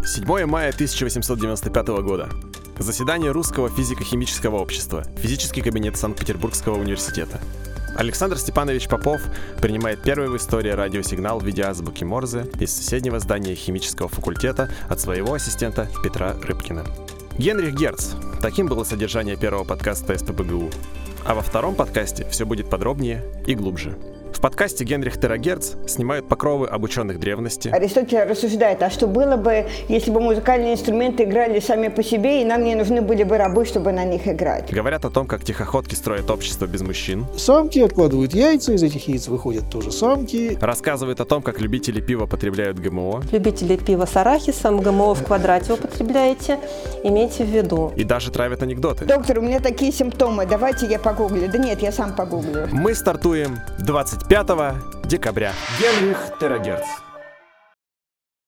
7 мая 1895 года. Заседание Русского физико-химического общества. Физический кабинет Санкт-Петербургского университета. Александр Степанович Попов принимает первый в истории радиосигнал в виде азбуки Морзе из соседнего здания химического факультета от своего ассистента Петра Рыбкина. Генрих Герц. Таким было содержание первого подкаста СПбГУ. А во втором подкасте все будет подробнее и глубже. В подкасте Генрих Терагерц снимают покровы об ученых древности. Аристотель рассуждает, а что было бы, если бы музыкальные инструменты играли сами по себе, и нам не нужны были бы рабы, чтобы на них играть. Говорят о том, как тихоходки строят общество без мужчин. Самки откладывают яйца, из этих яиц выходят тоже самки. Рассказывают о том, как любители пива потребляют ГМО. Любители пива с арахисом, ГМО в квадрате употребляете, имейте в виду. И даже травят анекдоты. Доктор, у меня такие симптомы, давайте я погуглю. Да нет, я сам погуглю. Мы стартуем 25 декабря. Генрих Терагерц.